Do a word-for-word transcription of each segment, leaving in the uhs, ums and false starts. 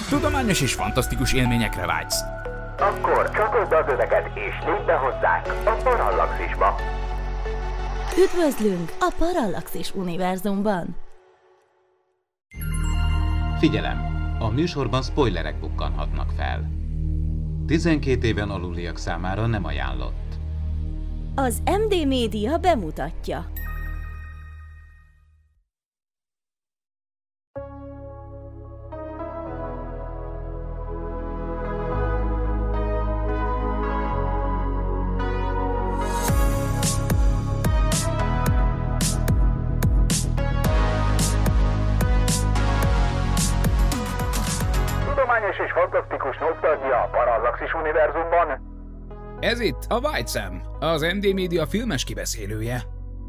Tudományos és fantasztikus élményekre vágysz? Akkor csatold az öveket és lépj be hozzánk a Parallaxisba! Üdvözlünk a Parallaxis univerzumban! Figyelem! A műsorban spoilerek bukkanhatnak fel. tizenkét éven aluliak számára nem ajánlott. Az em dé Média bemutatja. Tudományos és fantasztikus nosztalgia a Parallaxis univerzumban. Ez itt a White Sam, az em dé Média filmes kibeszélője.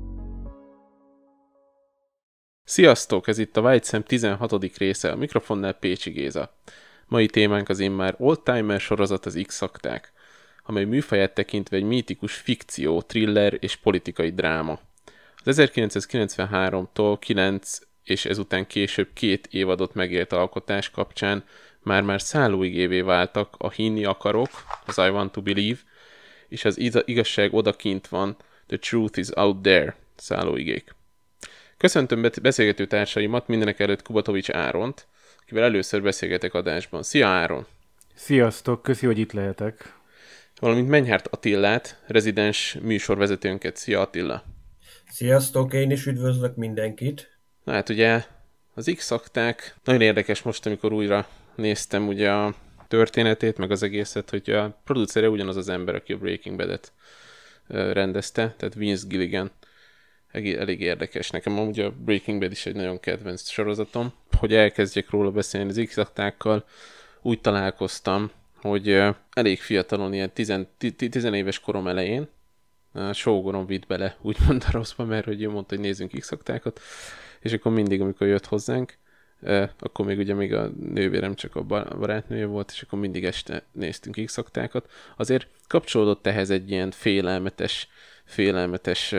Sziasztok, ez itt a White Sam tizenhatodik része, a mikrofonnál Pécsi Géza. Mai témánk az immár oldtimer sorozat, az X-akták, amely műfaját tekintve egy mítikus fikció, thriller és politikai dráma. Az ezerkilencszázkilencvenháromtól kilenc és ezután később két évadot megélt alkotás kapcsán már-már szállóigévé váltak a Hinni akarok, az I want to believe, és az igazság odakint van, the truth is out there szállóigék. Köszöntöm beszélgető társaimat, mindenek előtt Kubatovics Áront, akivel először beszélgetek adásban. Szia Áron! Sziasztok, köszi, hogy itt lehetek. Valamint Menyhárt Attillát, rezidens műsorvezetőnket. Szia Attila! Sziasztok, én is üdvözlök mindenkit! Na hát ugye az X-akták nagyon érdekes most, amikor újra néztem ugye a történetét, meg az egészet, hogy a producere ugyanaz az ember, aki a Breaking Bad-et rendezte, tehát Vince Gilligan. Elég érdekes. Nekem amúgy a Breaking Bad is egy nagyon kedvenc sorozatom. Hogy elkezdjek róla beszélni az X-aktákkal, úgy találkoztam, hogy elég fiatalon, ilyen tizenéves korom elején, a sógorom vitt bele, úgymond a rosszba, mert hogy ő mondta, hogy nézzünk X-aktákat, és akkor mindig, amikor jött hozzánk, akkor még ugye még a nővérem csak a barátnője volt, és akkor mindig este néztünk X-aktákat. Azért kapcsolódott ehhez egy ilyen félelmetes, félelmetes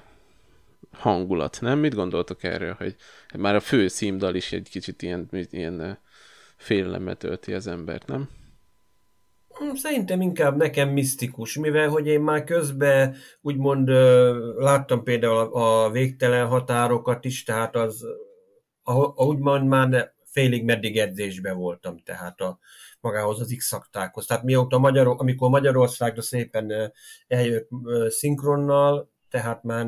hangulat, nem? Mit gondoltok erről, hogy már a fő címdal is egy kicsit ilyen, ilyen félelemmel tölti az embert, nem? Szerintem inkább nekem misztikus, mivel hogy én már közben úgymond láttam például a végtelen határokat is, tehát az úgymond már félig meddig edzésben voltam, tehát a magához az X-aktákhoz. Tehát mióta Magyar, amikor Magyarországra szépen eljött szinkronnal, tehát már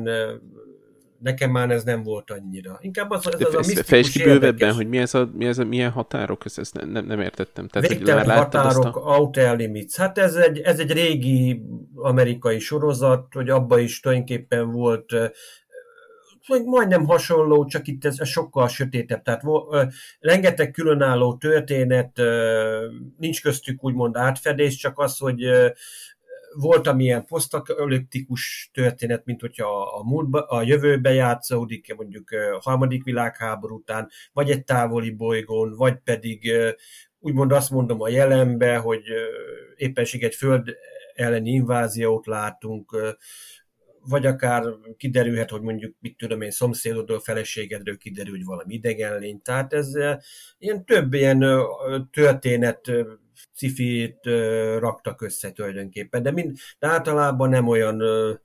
nekem már ez nem volt annyira. Inkább az, ez az a misztikus fejtsd ki bővebben, hogy mi ez a, mi ez a, milyen határok, ezt, ezt nem, nem értettem. Tehát, végtelen határok, a... Outer Limits. Hát ez egy, ez egy régi amerikai sorozat, hogy abban is tulajdonképpen volt hogy majdnem hasonló, csak itt ez sokkal sötétebb. Tehát rengeteg különálló történet, nincs köztük úgymond átfedés, csak az, hogy volt amilyen posztapokaliptikus történet, mint hogyha a, múltba, a jövőbe játszódik, mondjuk a harmadik világháború után, vagy egy távoli bolygón, vagy pedig úgymond azt mondom a jelenbe, hogy éppenség egy föld elleni inváziót látunk, vagy akár kiderülhet, hogy mondjuk, mit tudom én, szomszédodról, feleségedről kiderül, hogy valami idegen lény. Tehát ez ilyen több ilyen történet, cifit raktak össze tulajdonképpen, de, mind, de általában nem olyan,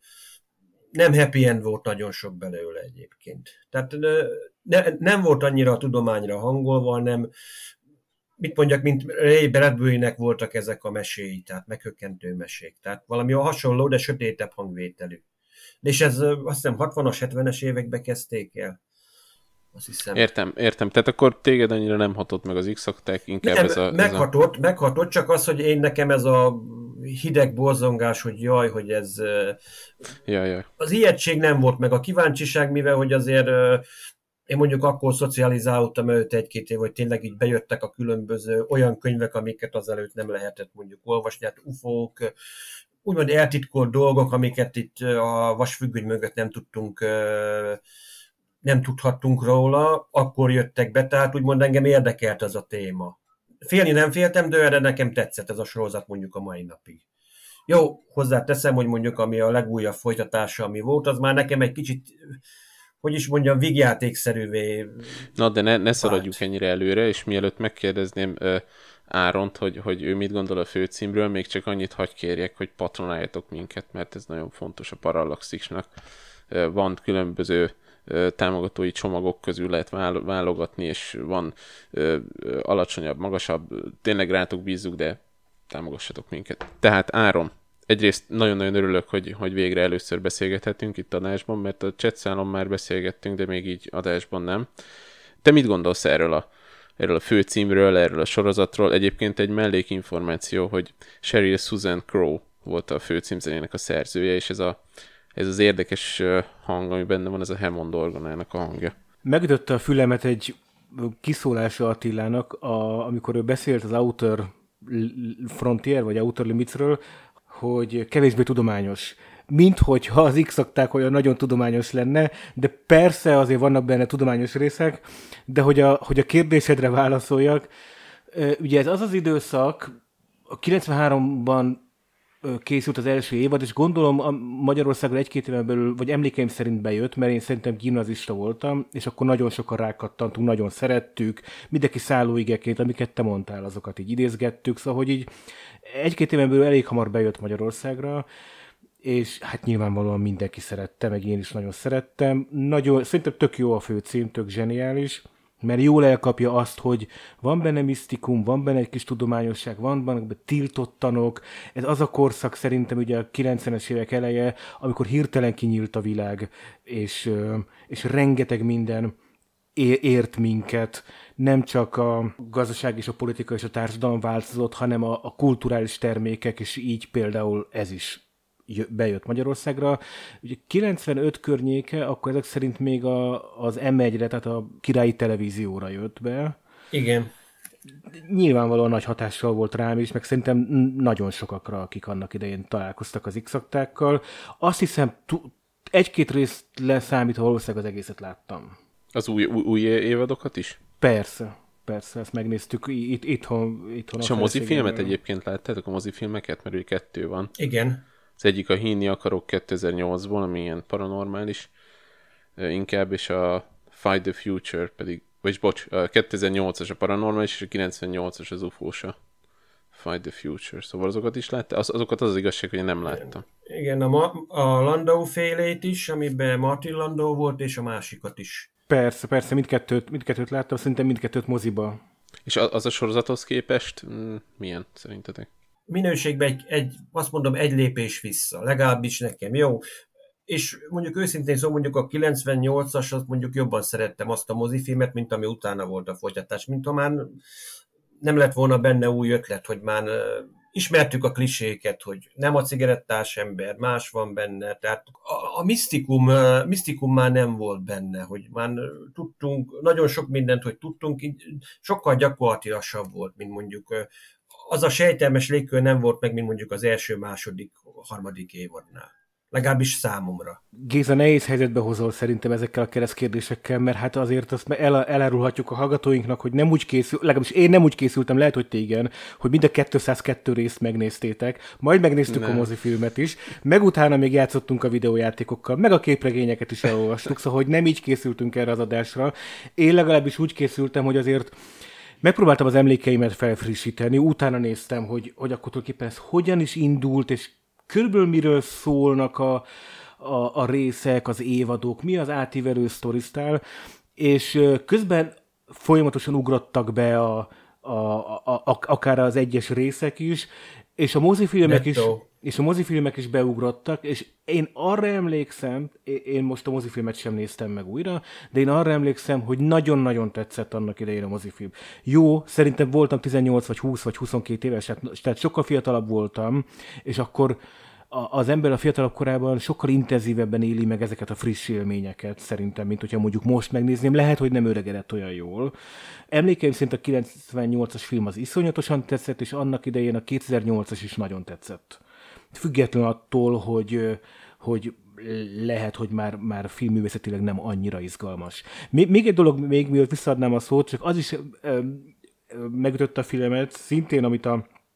nem happy end volt nagyon sok belőle egyébként. Tehát ne, nem volt annyira a tudományra hangolva, nem, mit mondjak, mint Ray Bradburynek voltak ezek a meséi, tehát meghökkentő mesék. Tehát valami hasonló, de sötétebb hangvételű. És ez azt hiszem hatvanas, hetvenes években kezdték el. Azt hiszem. Értem, értem. Tehát akkor téged annyira nem hatott meg az X-akták, inkább nem, ez a... meghatott, ez a... meghatott, csak az, hogy én nekem ez a hideg borzongás, hogy jaj, hogy ez... Jaj, jaj. Az ijegység nem volt meg, a kíváncsiság, mivel hogy azért én mondjuk akkor szocializálódtam előtt egy-két év, hogy tényleg így bejöttek a különböző olyan könyvek, amiket azelőtt nem lehetett mondjuk olvasni, hát ufók, úgymond eltitkolt dolgok, amiket itt a vasfüggöny mögött nem tudtunk, nem tudhattunk róla, akkor jöttek be, tehát úgymond engem érdekelt ez a téma. Félni nem féltem, de erre nekem tetszett ez a sorozat mondjuk a mai napig. Jó, hozzáteszem, hogy mondjuk ami a legújabb folytatása, ami volt, az már nekem egy kicsit hogy is mondjam, vígjátékszerűvé. Na, de ne, ne szaladjuk ennyire előre, és mielőtt megkérdezném uh, Áront, hogy, hogy ő mit gondol a főcímről, még csak annyit hagy kérjek, hogy patronáljatok minket, mert ez nagyon fontos a Parallaxisnak. Uh, van különböző uh, támogatói csomagok közül lehet válogatni, és van uh, alacsonyabb, magasabb, tényleg rátok bízzuk, de támogassatok minket. Tehát Áron, egyrészt nagyon-nagyon örülök, hogy, hogy végre először beszélgethetünk itt adásban, mert a chatszálon már beszélgettünk, de még így adásban nem. Te mit gondolsz erről a, erről a főcímről, erről a sorozatról? Egyébként egy mellékinformáció, hogy Sheryl Susan Crow volt a főcímzenének a szerzője, és ez, a, ez az érdekes hang, ami benne van, ez a Hammond orgonának a hangja. Megütötte a fülemet egy kiszólása Attilának, a, amikor ő beszélt az Outer Frontier, vagy Outer Limitsről, hogy kevésbé tudományos. Mint hogyha az X-akták olyan nagyon tudományos lenne, de persze azért vannak benne tudományos részek, de hogy a, hogy a kérdésedre válaszoljak, ugye ez az az időszak, a kilencvenháromban készült az első évad, és gondolom a Magyarországon egy-két éven belül, vagy emlékeim szerint bejött, mert én szerintem gimnazista voltam, és akkor nagyon sokan rákattantunk, nagyon szerettük, mindenki szállóigeként, amiket te mondtál, azokat így idézgettük, szóval hogy így egy-két éven belül elég hamar bejött Magyarországra, és hát nyilvánvalóan mindenki szerette, meg én is nagyon szerettem. Nagyon, szerintem tök jó a főcím, tök zseniális, mert jól elkapja azt, hogy van benne misztikum, van benne egy kis tudományosság, van benne tiltott tanok. Ez az a korszak szerintem ugye a kilencvenes évek eleje, amikor hirtelen kinyílt a világ, és, és rengeteg minden ért minket. Nem csak a gazdaság és a politika és a társadalom változott, hanem a, a kulturális termékek, és így például ez is bejött Magyarországra. Ugye kilencvenöt környéke, akkor ezek szerint még a, az em egyre, tehát a Királyi Televízióra jött be. Igen. Nyilvánvalóan nagy hatással volt rám is, meg szerintem nagyon sokakra, akik annak idején találkoztak az X-aktákkal. Azt hiszem, egy-két részt leszámítva valószínűleg az egészet láttam. Az új, új, új évadokat is? Persze. Persze, ezt megnéztük itt, itthon. itthon és a, a mozifilmet egyébként láttátok, a mozifilmeket? Mert ugye kettő van. Igen. Az egyik a Hinni akarok kétezer-nyolcból, ami ilyen paranormális inkább, és a Fight the Future pedig, vagyis bocs, a kétezer-nyolcas a paranormális, és a kilencvennyolcas az ufósa. Fight the Future. Szóval azokat is láttál? Az, azokat az, az igazság, hogy nem láttam. Igen, a, Ma- a Landau félét is, amiben Martin Landau volt, és a másikat is. Persze, persze, mindkettőt, mindkettőt láttam, szerintem mindkettőt moziba. És az a sorozathoz képest milyen szerintetek? Minőségben egy, egy, azt mondom, egy lépés vissza, legalábbis nekem, jó. És mondjuk őszintén szóval mondjuk a kilencvennyolcas, azt mondjuk jobban szerettem azt a mozifilmet, mint ami utána volt a folytatás, mint ha már nem lett volna benne új ötlet, hogy már ismertük a kliséket, hogy nem a cigarettás ember, más van benne, tehát a, a misztikum, misztikum már nem volt benne, hogy már tudtunk, nagyon sok mindent, hogy tudtunk, így sokkal gyakorlatilasabb volt, mint mondjuk az a sejtelmes légkör nem volt meg, mint mondjuk az első, második, harmadik évadnál. Legalábbis számomra. Géza, nehéz helyzetbe hozol szerintem ezekkel a keresztkérdésekkel, mert hát azért azt el, elárulhatjuk a hallgatóinknak, hogy nem úgy készül, legalábbis én nem úgy készültem, lehet, hogy te igen, hogy mind a kétszázkettő részt megnéztétek, majd megnéztük nem. a mozifilmet is, meg utána még játszottunk a videójátékokkal, meg a képregényeket is elolvastuk, szóval hogy nem így készültünk erre az adásra. Én legalábbis úgy készültem, hogy azért megpróbáltam az emlékeimet felfrissíteni, utána néztem, hogy, hogy akkor tulajdonképpen ez hogyan is indult, és körülbelül miről szólnak a, a, a részek, az évadok, mi az átívelő sztorisztál, és közben folyamatosan ugrottak be a, a, a, a, akár az egyes részek is, és a mozifilmek is, és a mozifilmek is beugrottak, és én arra emlékszem, én most a mozifilmet sem néztem meg újra, de én arra emlékszem, hogy nagyon-nagyon tetszett annak idején a mozifilm. Jó, szerintem voltam tizennyolc vagy húsz vagy huszonkét éves, tehát sokkal fiatalabb voltam, és akkor az ember a fiatalabb korában sokkal intenzívebben éli meg ezeket a friss élményeket, szerintem, mint hogyha mondjuk most megnézném. Lehet, hogy nem öregedett olyan jól. Emlékeim szerint a kilencvennyolcas film az iszonyatosan tetszett, és annak idején a kétezer-nyolcas is nagyon tetszett. Független attól, hogy, hogy lehet, hogy már, már filmművészetileg nem annyira izgalmas. Még egy dolog, még mielőtt visszaadnám a szót, csak az is ö, ö, megütötte a filmet, szintén, amit a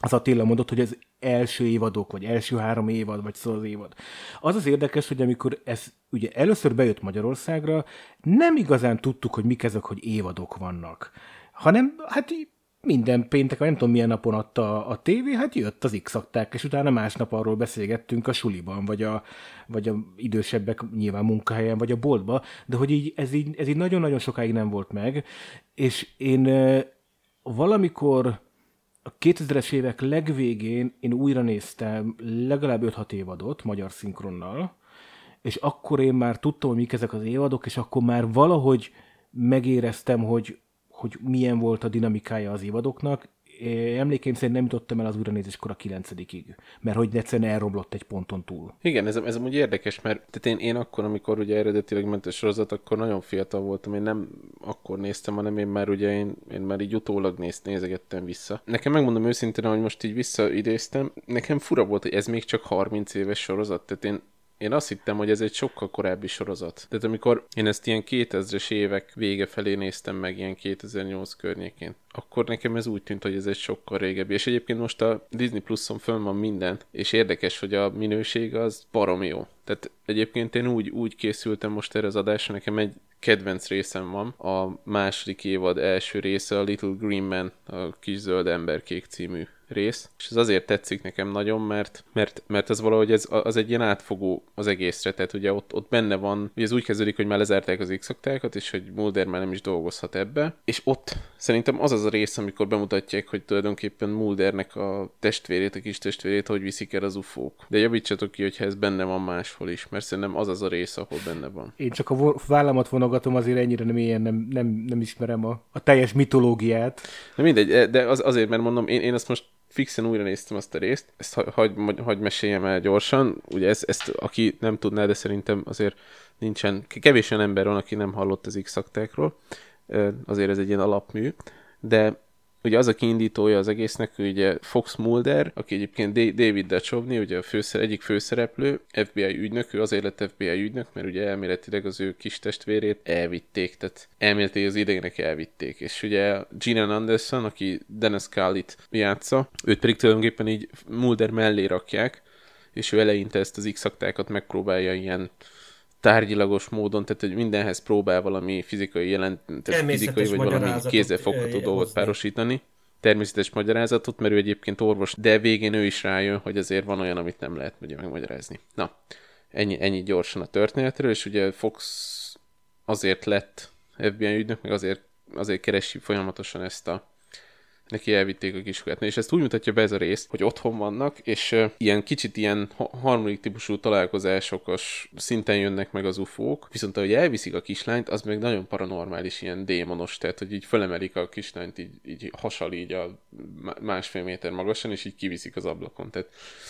az Attila mondott, hogy az első évadok, vagy első három évad, vagy szó az évad. Az az érdekes, hogy amikor ez ugye először bejött Magyarországra, nem igazán tudtuk, hogy mik ezek, hogy évadok vannak. Hanem, hát minden péntek, nem tudom milyen napon adta a tévé, hát jött az X-akták, és utána másnap arról beszélgettünk a suliban, vagy a, vagy a idősebbek nyilván munkahelyen, vagy a boltba, de hogy így ez, így ez így nagyon-nagyon sokáig nem volt meg, és én e, valamikor a kétezres évek legvégén én újra néztem legalább öt-hat évadot magyar szinkronnal, és akkor én már tudtam, hogy mik ezek az évadok, és akkor már valahogy megéreztem, hogy hogy milyen volt a dinamikája az évadoknak. Emlékeim szerint nem jutottam el az újranézéskor a kilencedikig, mert hogy egyszerűen elromlott egy ponton túl. Igen, ez, ez amúgy érdekes, mert tehát én, én akkor, amikor ugye eredetileg ment a sorozat, akkor nagyon fiatal voltam, én nem akkor néztem, hanem én már ugye én, én már így utólag nézt, nézegettem vissza. Nekem megmondom őszintén, hogy most így visszaidéztem, nekem fura volt, hogy ez még csak harminc éves sorozat, tehát én Én azt hittem, hogy ez egy sokkal korábbi sorozat. Tehát amikor én ezt ilyen kétezres évek vége felé néztem meg, ilyen kétezer-nyolc környékén, akkor nekem ez úgy tűnt, hogy ez egy sokkal régebbi. És egyébként most a Disney Pluson fönn van minden, és érdekes, hogy a minőség az baromi jó. Tehát egyébként én úgy, úgy készültem most erre az adásra, nekem egy kedvenc részem van, a második évad első része, a Little Green Man, a kis zöld emberkék című rész, és ez azért tetszik nekem nagyon, mert, mert, mert az valahogy ez, az egy ilyen átfogó az egészre, tehát ugye ott, ott benne van, ugye ez úgy kezdődik, hogy már lezárták az X-aktákat, és hogy Mulder már nem is dolgozhat ebbe, és ott szerintem az az a rész, amikor bemutatják, hogy tulajdonképpen Muldernek a testvérét, a kis testvérét, hogy viszik el az ufók. De javítsatok ki, hogyha ez benne van máshol is, mert szerintem az az a rész, ahol benne van. Én csak a vállamat vonogatom, azért ennyire nem ilyen, nem, nem, nem ismerem a, a teljes mitológiát. Na mindegy, de az, azért, mert mondom, én, én azt most fixen újra néztem azt a részt, ezt hagy, hagy meséljem el gyorsan, ugye ezt, ezt aki nem tudná, de szerintem azért nincsen, kevés olyan ember van, aki nem hallott az X-aktákról, azért ez egy ilyen alapmű, de ugye az a kiindítója az egésznek, ugye Fox Mulder, aki egyébként David Duchovny, ugye a főszer, egyik főszereplő, ef bé i ügynök, ő azért lett ef bé i ügynök, mert ugye elméletileg az ő kis testvérét elvitték, tehát elméletileg az idegenek elvitték, és ugye Gillian Anderson, aki Dennis Scully-t játsza, őt pedig tulajdonképpen így Mulder mellé rakják, és ő eleinte ezt az X-aktákat megpróbálja ilyen tárgyilagos módon, tehát hogy mindenhez próbál valami fizikai jelent, tehát fizikai vagy valami kézzelfogható dolgot párosítani. Természetes magyarázatot, mert ő egyébként orvos, de végén ő is rájön, hogy azért van olyan, amit nem lehet ugye megmagyarázni. Na, ennyi, ennyi gyorsan a történetről, és ugye Fox azért lett ef bé i ügynök, meg azért, azért keresi folyamatosan ezt a neki elvitték a kiskorát. És ezt úgy mutatja be ez a rész, hogy otthon vannak, és uh, ilyen kicsit ilyen harmadik típusú találkozásokos szinten jönnek meg az ufók, viszont ahogy elviszik a kislányt, az meg nagyon paranormális, ilyen démonos, tehát hogy így fölemelik a kislányt, így, így hasal így a másfél méter magasan, és így kiviszik az ablakon. Tehát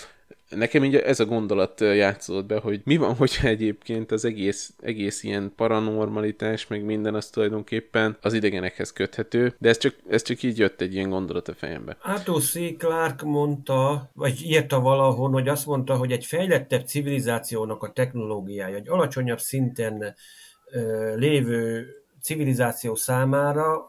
nekem így ez a gondolat játszódott be, hogy mi van, hogyha egyébként az egész, egész ilyen paranormalitás, meg minden az tulajdonképpen az idegenekhez köthető, de ez csak, ez csak így jött egy ilyen gondolat a fejembe. Arthur C. Clarke mondta, vagy írta valahol, hogy azt mondta, hogy egy fejlettebb civilizációnak a technológiája, egy alacsonyabb szinten ö, lévő civilizáció számára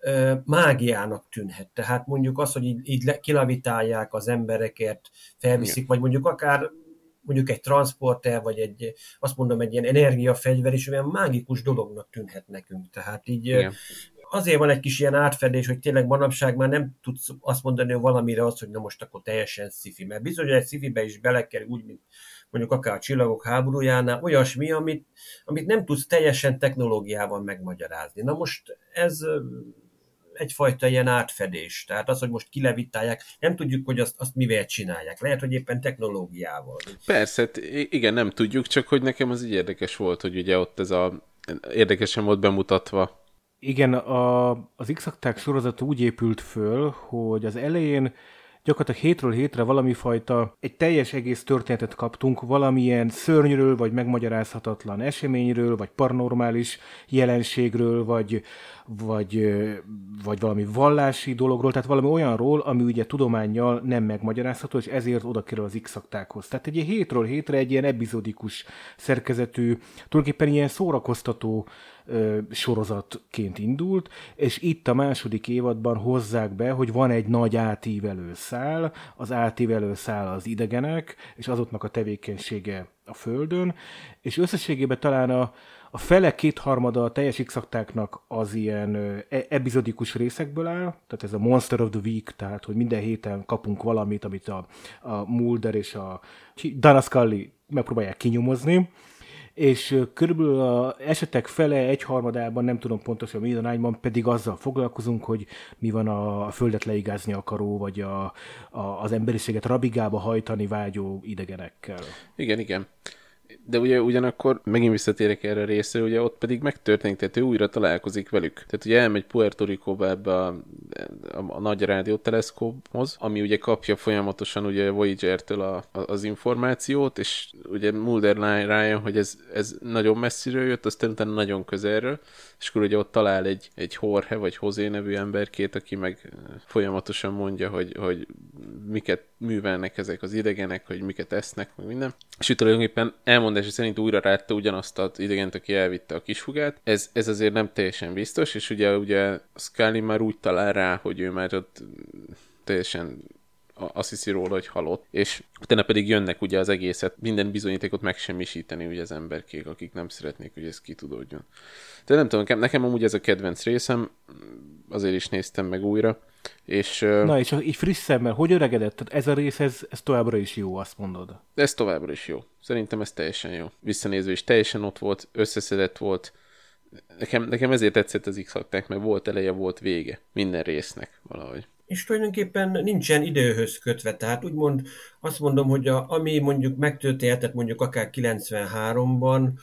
mágiának tűnhet. Tehát mondjuk az, hogy így, így kilavitálják az embereket, felviszik, igen. Vagy mondjuk akár mondjuk egy transporter, vagy egy, azt mondom, egy ilyen energiafegyver is olyan mágikus dolognak tűnhet nekünk. Tehát így igen. Azért van egy kis ilyen átfedés, hogy tényleg manapság már nem tudsz azt mondani valamire azt, hogy na most akkor teljesen sci-fi. Mert bizony, hogy egy sci-fibe is belekerül úgy, mint mondjuk akár a Csillagok háborújánál, olyasmi, amit, amit nem tudsz teljesen technológiával megmagyarázni. Na most ez egyfajta ilyen átfedés. Tehát az, hogy most kilevitálják, nem tudjuk, hogy azt, azt mivel csinálják. Lehet, hogy éppen technológiával. Persze, igen, nem tudjuk, csak hogy nekem az így érdekes volt, hogy ugye ott ez a érdekesen volt bemutatva. Igen, a, az X-akták sorozat úgy épült föl, hogy az elején gyakorlatilag hétről hétre valami fajta, egy teljes egész történetet kaptunk valamilyen szörnyről, vagy megmagyarázhatatlan eseményről, vagy paranormális jelenségről, vagy, vagy, vagy valami vallási dologról, tehát valami olyanról, ami ugye tudománnyal nem megmagyarázható, és ezért oda kerül az X-aktákhoz. Tehát egy hétről hétre egy ilyen epizódikus szerkezetű, tulajdonképpen ilyen szórakoztató ö, sorozatként indult, és itt a második évadban hozzák be, hogy van egy nagy átívelő szál, az átívelő szál az idegenek, és azoknak a tevékenysége a Földön, és összességében talán a, a fele kétharmada a teljes X-aktáknak az ilyen e- epizodikus részekből áll, tehát ez a Monster of the Week, tehát hogy minden héten kapunk valamit, amit a, a Mulder és a Dana Scully megpróbálják kinyomozni, és körülbelül az esetek fele, egyharmadában, nem tudom pontosan milyen arányban, pedig azzal foglalkozunk, hogy mi van a földet leigázni akaró, vagy a, a, az emberiséget rabigába hajtani vágyó idegenekkel. Igen, igen. De ugye ugyanakkor megint visszatérek erre a részre, ugye ott pedig megtörténik, tehát ő újra találkozik velük. Tehát ugye elmegy Puerto Ricóba ebbe a, a, a nagy rádióteleszkóphoz, ami ugye kapja folyamatosan ugye Voyager-től a, a, az információt, és ugye Mulder rájön, hogy ez, ez nagyon messziről jött, aztán utána nagyon közelről, és akkor ugye ott talál egy, egy Jorge vagy José nevű emberkét, aki meg folyamatosan mondja, hogy, hogy miket művelnek ezek az idegenek, hogy miket esznek, meg minden. És ő tulajdonképpen elmondása szerint újra rátta ugyanazt az idegent, aki elvitte a kisfugát. Ez, ez azért nem teljesen biztos, és ugye, ugye Scully már úgy talál rá, hogy ő már ott teljesen azt hiszi róla, hogy halott, és utána pedig jönnek ugye az egészet, minden bizonyítékot megsemmisíteni ugye az emberkék, akik nem szeretnék, hogy ez kitudódjon. De nem tudom, nekem, nekem amúgy ez a kedvenc részem, azért is néztem meg újra, és... Na, és így friss szemmel, hogy öregedett? Tehát ez a rész, ez, ez továbbra is jó, azt mondod? Ez továbbra is jó. Szerintem ez teljesen jó. Visszanézve is teljesen ott volt, összeszedett volt. Nekem, nekem ezért tetszett az X-akták, mert volt eleje, volt vége. Minden résznek valahogy. És tulajdonképpen nincsen időhöz kötve, tehát úgymond azt mondom, hogy a, ami mondjuk megtörténhetett mondjuk akár kilencvenháromban,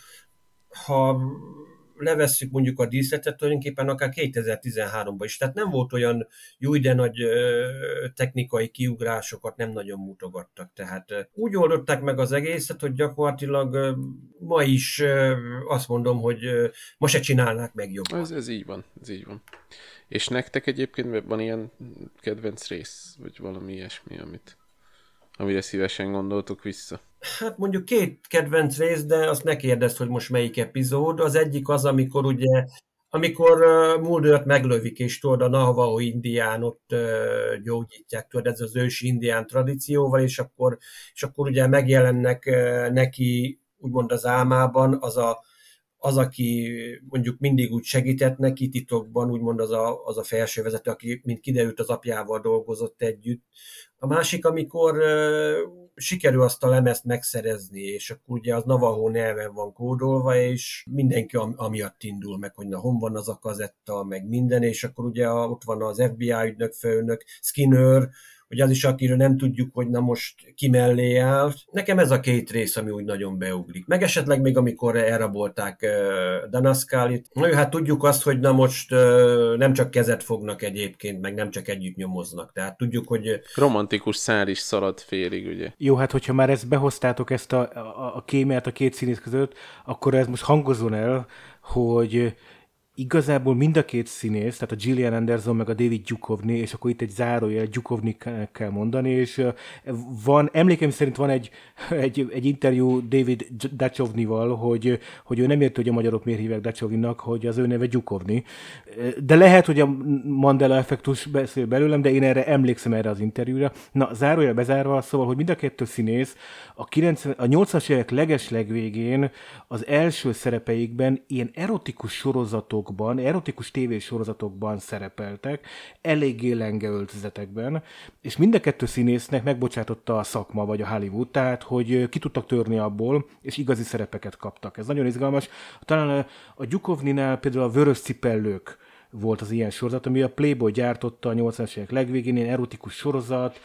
ha levesszük mondjuk a díszletet, tulajdonképpen akár kétezer-tizenháromban is. Tehát nem volt olyan jó, de nagy ö, technikai kiugrásokat nem nagyon mutogattak. Tehát ö, úgy oldották meg az egészet, hogy gyakorlatilag ö, ma is ö, azt mondom, hogy ö, ma se csinálnák meg jobban. Ez, ez így van, ez így van. És nektek egyébként van ilyen kedvenc rész, vagy valami ilyesmi, amit, amire szívesen gondoltok vissza? Hát mondjuk két kedvenc rész, de azt ne kérdezd, hogy most melyik epizód. Az egyik az, amikor ugye, amikor uh, Muldert meglövik, és tudod, a Navajo indiánot uh, gyógyítják, tudod, ez az ősi indián tradícióval, és akkor, és akkor ugye megjelennek uh, neki, úgymond az álmában, az a az, aki mondjuk mindig úgy segített neki titokban, úgymond az a, az a felsővezető, aki, mint kiderült, az apjával dolgozott együtt. A másik, amikor uh, sikerül azt a lemezt megszerezni, és akkor ugye az Navajo nyelven van kódolva, és mindenki am, amiatt indul meg, hogy na, hon van az a kazetta, meg minden, és akkor ugye a, ott van az ef bé i ügynök, főnök, Skinner, hogy az is, akiről nem tudjuk, hogy na most ki mellé áll. Nekem ez a két rész, ami úgy nagyon beugrik. Meg esetleg még amikor elrabolták uh, Dana Scullyt. Na jó, hát tudjuk azt, hogy na most uh, nem csak kezet fognak egyébként, meg nem csak együtt nyomoznak. Tehát tudjuk, hogy... Romantikus szál is szalad félig, ugye? Jó, hát hogyha már ezt behoztátok, ezt a, a, a kémiát a két színész között, akkor ez most hangozzon el, hogy igazából mind a két színész, tehát a Gillian Anderson meg a David Duchovny, és akkor itt egy zárójel Duchovny kell mondani, és van, emlékeim szerint van egy, egy, egy interjú David Duchovnyval, hogy, hogy ő nem érti, hogy a magyarok miért hívják Duchovnynak, hogy az ő neve Duchovny. De lehet, hogy a Mandela effektus beszél belőlem, de én erre emlékszem erre az interjúra. Na, zárójel bezárva, szóval, hogy mind a kettő színész a, kilencven, a nyolcvanas évek legeslegvégén az első szerepeikben ilyen erotikus sorozatok erotikus tévésorozatokban szerepeltek, eléggé lenge öltözetekben, és mind a kettő színésznek megbocsátotta a szakma, vagy a Hollywood, tehát, hogy ki tudtak törni abból, és igazi szerepeket kaptak. Ez nagyon izgalmas. Talán a Duchovnynál például a Vörös cipellők volt az ilyen sorozat, ami a Playboy gyártotta a nyolcvanas évek legvégén, ilyen erotikus sorozat,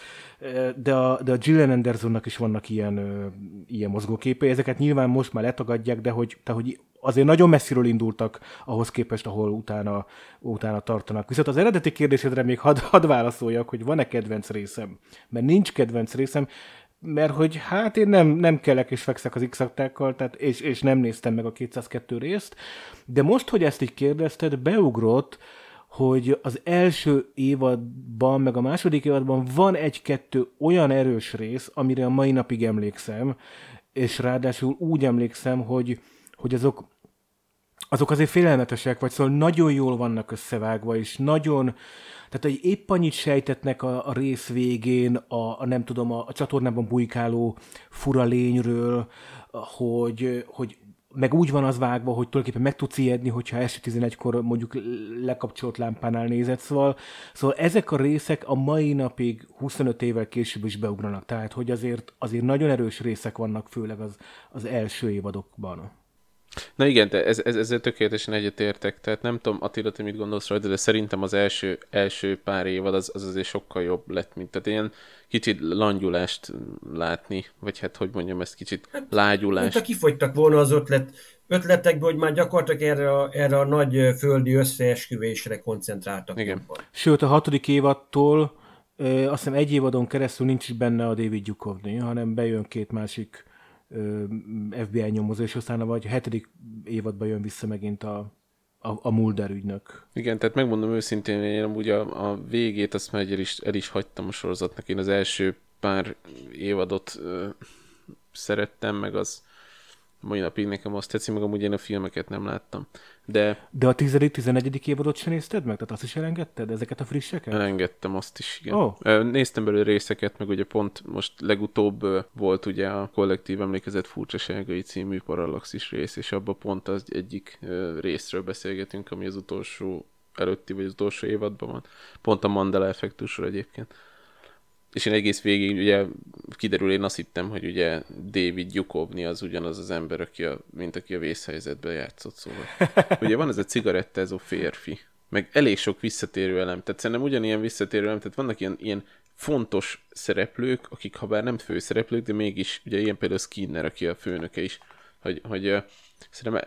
de a, de a Gillian Andersonnak is vannak ilyen, ilyen mozgóképei. Ezeket nyilván most már letagadják, de hogy, de hogy azért nagyon messziről indultak ahhoz képest, ahol utána, utána tartanak. Viszont az eredeti kérdésedre még hadd had válaszoljak, hogy van-e kedvenc részem. Mert nincs kedvenc részem, mert hogy hát én nem, nem kelek és fekszek az X-aktákkal, tehát, és, és nem néztem meg a kétszázkettő részt, de most, hogy ezt így kérdezted, beugrott, hogy az első évadban, meg a második évadban van egy-kettő olyan erős rész, amire a mai napig emlékszem, és ráadásul úgy emlékszem, hogy, hogy azok azok azért félelmetesek, vagy szóval nagyon jól vannak összevágva, és nagyon, tehát hogy épp annyit sejtetnek a, a rész végén a, a nem tudom, a, a csatornában bujkáló fura lényről, hogy, hogy meg úgy van az vágva, hogy tulajdonképpen meg tudsz ijedni, hogyha este tizenegykor mondjuk lekapcsolt lámpánál nézed, szóval, szóval ezek a részek a mai napig huszonöt évvel később is beugranak, tehát hogy azért, azért nagyon erős részek vannak, főleg az, az első évadokban. Na igen, de ez, ez, ezzel tökéletesen egyetértek, tehát nem tudom, Attila, te mit gondolsz rajta, de szerintem az első, első pár évad az, az azért sokkal jobb lett, mint tehát ilyen kicsit langyulást látni, vagy hát hogy mondjam ezt, kicsit hát, lágyulást. Mint a kifogytak volna az ötlet, ötletekből, hogy már gyakorlatilag erre a, erre a nagy földi összeesküvésre koncentráltak. Igen. Jobban. Sőt, a hatodik évadtól ö, azt hiszem egy évadon keresztül nincs is benne a David Duchovny, hanem bejön két másik ef bé i nyomozó, és aztán vagy a hetedik évadban jön vissza megint a, a, a Mulder ügynök. Igen, tehát megmondom őszintén, én amúgy a, a végét azt már el is, el is hagytam a sorozatnak. Én az első pár évadot ö, szerettem, meg az mai napig nekem azt tetszik, meg amúgy én a filmeket nem láttam. De, De a tizedik, tizenegyedik évadot sem nézted meg? Tehát azt is elengedted? Ezeket a frisseket? elengedtem azt is, igen. Oh. Néztem belőle részeket, meg ugye pont most legutóbb volt ugye a Kollektív Emlékezet Furcsaságai című Parallaxis rész, és abban pont az egyik részről beszélgetünk, ami az utolsó előtti, vagy az utolsó évadban van. Pont a Mandela effektusról egyébként. És én egész végig ugye kiderül, én azt hittem, hogy ugye David Duchovny az ugyanaz az ember, aki a, mint aki a vészhelyzetben játszott, szóval. Ugye van ez a cigarettázó férfi, meg elég sok visszatérő elem, tehát szerintem ugyanilyen visszatérő elem, tehát vannak ilyen, ilyen fontos szereplők, akik ha bár nem főszereplők, de mégis, ugye ilyen például Skinner, aki a főnöke is, hogy, hogy uh, szerintem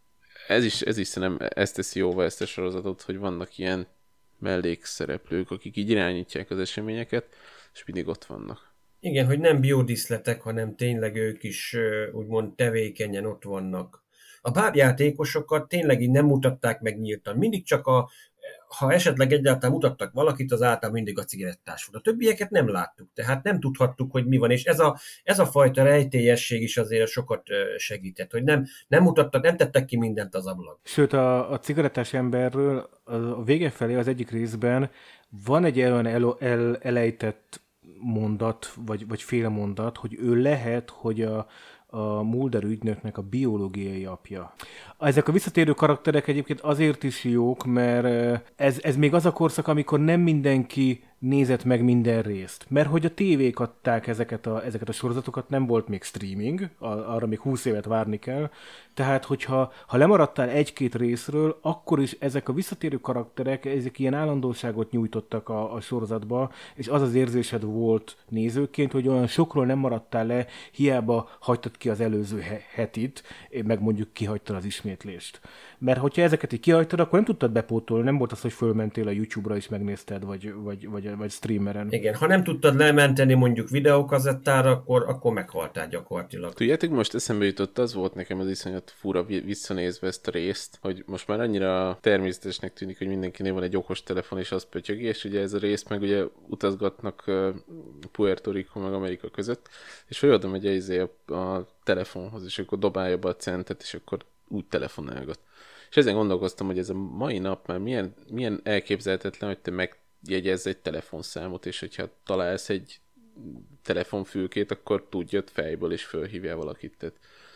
ez is, ez is szerintem ezt teszi jóvá ezt a sorozatot, hogy vannak ilyen mellékszereplők, akik így irányítják az eseményeket, és mindig ott vannak. Igen, hogy nem biodiszletek, hanem tényleg ők is úgymond tevékenyen ott vannak. A bábjátékosokat tényleg így nem mutatták meg nyíltan. Mindig csak a, ha esetleg egyáltalán mutattak valakit, az által mindig a cigarettás volt. A többieket nem láttuk, tehát nem tudhattuk, hogy mi van, és ez a, ez a fajta rejtélyesség is azért sokat segített, hogy nem, nem mutattak, nem tettek ki mindent az ablak. Sőt, a, a cigarettás emberről a vége felé az egyik részben van egy olyan el, el, elejtett mondat, vagy, vagy fél mondat, hogy ő lehet, hogy a, a Mulder ügynöknek a biológiai apja. Ezek a visszatérő karakterek egyébként azért is jók, mert ez, ez még az a korszak, amikor nem mindenki nézett meg minden részt. Mert hogy a tévék adták ezeket a, ezeket a sorozatokat, nem volt még streaming, arra még húsz évet várni kell. Tehát, hogyha ha lemaradtál egy-két részről, akkor is ezek a visszatérő karakterek, ezek ilyen állandóságot nyújtottak a, a sorozatba, és az az érzésed volt nézőként, hogy olyan sokról nem maradtál le, hiába hagytad ki az előző hetit, meg mondjuk kihagytad az ismétlést. Mert hogyha ezeket így kihagytad, akkor nem tudtad bepótolni, nem volt az, hogy fölmentél a YouTube-ra és megnézted, vagy, vagy, vagy, vagy streameren. Igen, ha nem tudtad lementeni mondjuk videókazettára, akkor, akkor meghaltál gyakorlatilag. Tudjátok, most eszembe jutott, az volt nekem az iszonyat fura visszanézve ezt a részt, hogy most már annyira természetesnek tűnik, hogy mindenkinél van egy okos telefon, és az pötyögi, és ugye ez a rész meg ugye utazgatnak uh, Puerto Rico meg Amerika között, és föladom megy a, a telefonhoz, és akkor dobálja be a centet, és akkor úgy telefonálgat. És ezen gondolkoztam, hogy ez a mai nap már milyen, milyen elképzelhetetlen, hogy te megjegyezz egy telefonszámot, és hogyha találsz egy telefonfülkét, akkor tudjad fejből, és fölhívjál valakit. Tehát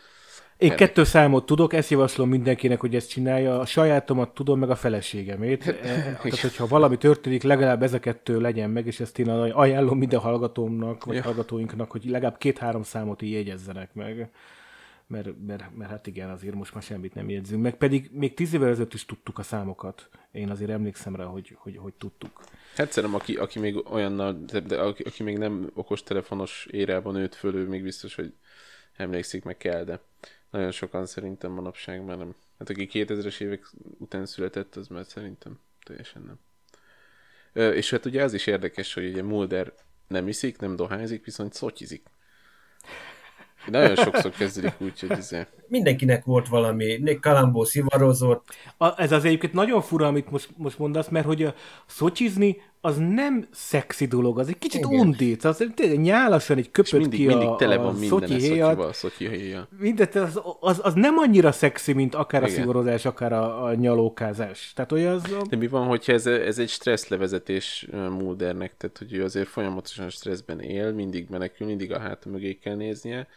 én Ennek. kettő számot tudok, ezt javaslom mindenkinek, hogy ezt csinálja. A sajátomat tudom, meg a feleségemét. Tehát, hogyha valami történik, legalább ez a kettő legyen meg, és ezt én ajánlom minden hallgatómnak, vagy ja. hallgatóinknak, hogy legalább két-három számot így jegyezzenek meg. Mert, mert, mert hát igen, azért most már semmit nem jegyzünk. Meg pedig még tíz évvel ezelőtt is tudtuk a számokat. Én azért emlékszem rá, hogy, hogy, hogy tudtuk. Hát szerintem, aki, aki még olyannal, de aki, aki még nem okostelefonos érában nőtt föl, ő még biztos, hogy emlékszik, meg kell, de nagyon sokan szerintem manapság már nem. Hát aki kétezres évek után született, az már szerintem teljesen nem. Ö, és hát ugye az is érdekes, hogy ugye Mulder nem iszik, nem dohányzik, viszont szotyizik. Nagyon sokszor kezdődik úgy, hogy ez... Mindenkinek volt valami, kalambó szivarozott. A, ez az egyébként nagyon fura, amit most, most mondasz, mert hogy a szotyizni az nem szexi dolog, az egy kicsit Igen. undít, az tényleg nyálasan egy köpött mindig, ki mindig a, tele a van minden szotyi héjat. a szotyi héjjal. Mindent, az, az, az nem annyira szexi, mint akár a Igen. szigorozás, akár a, a nyalókázás. Tehát olyan az... A... De mi van, hogyha ez, ez egy stresszlevezetés Muldernek, tehát hogy ő azért folyamatosan stresszben él, mindig menekül, mindig a háta mögé kell néznie,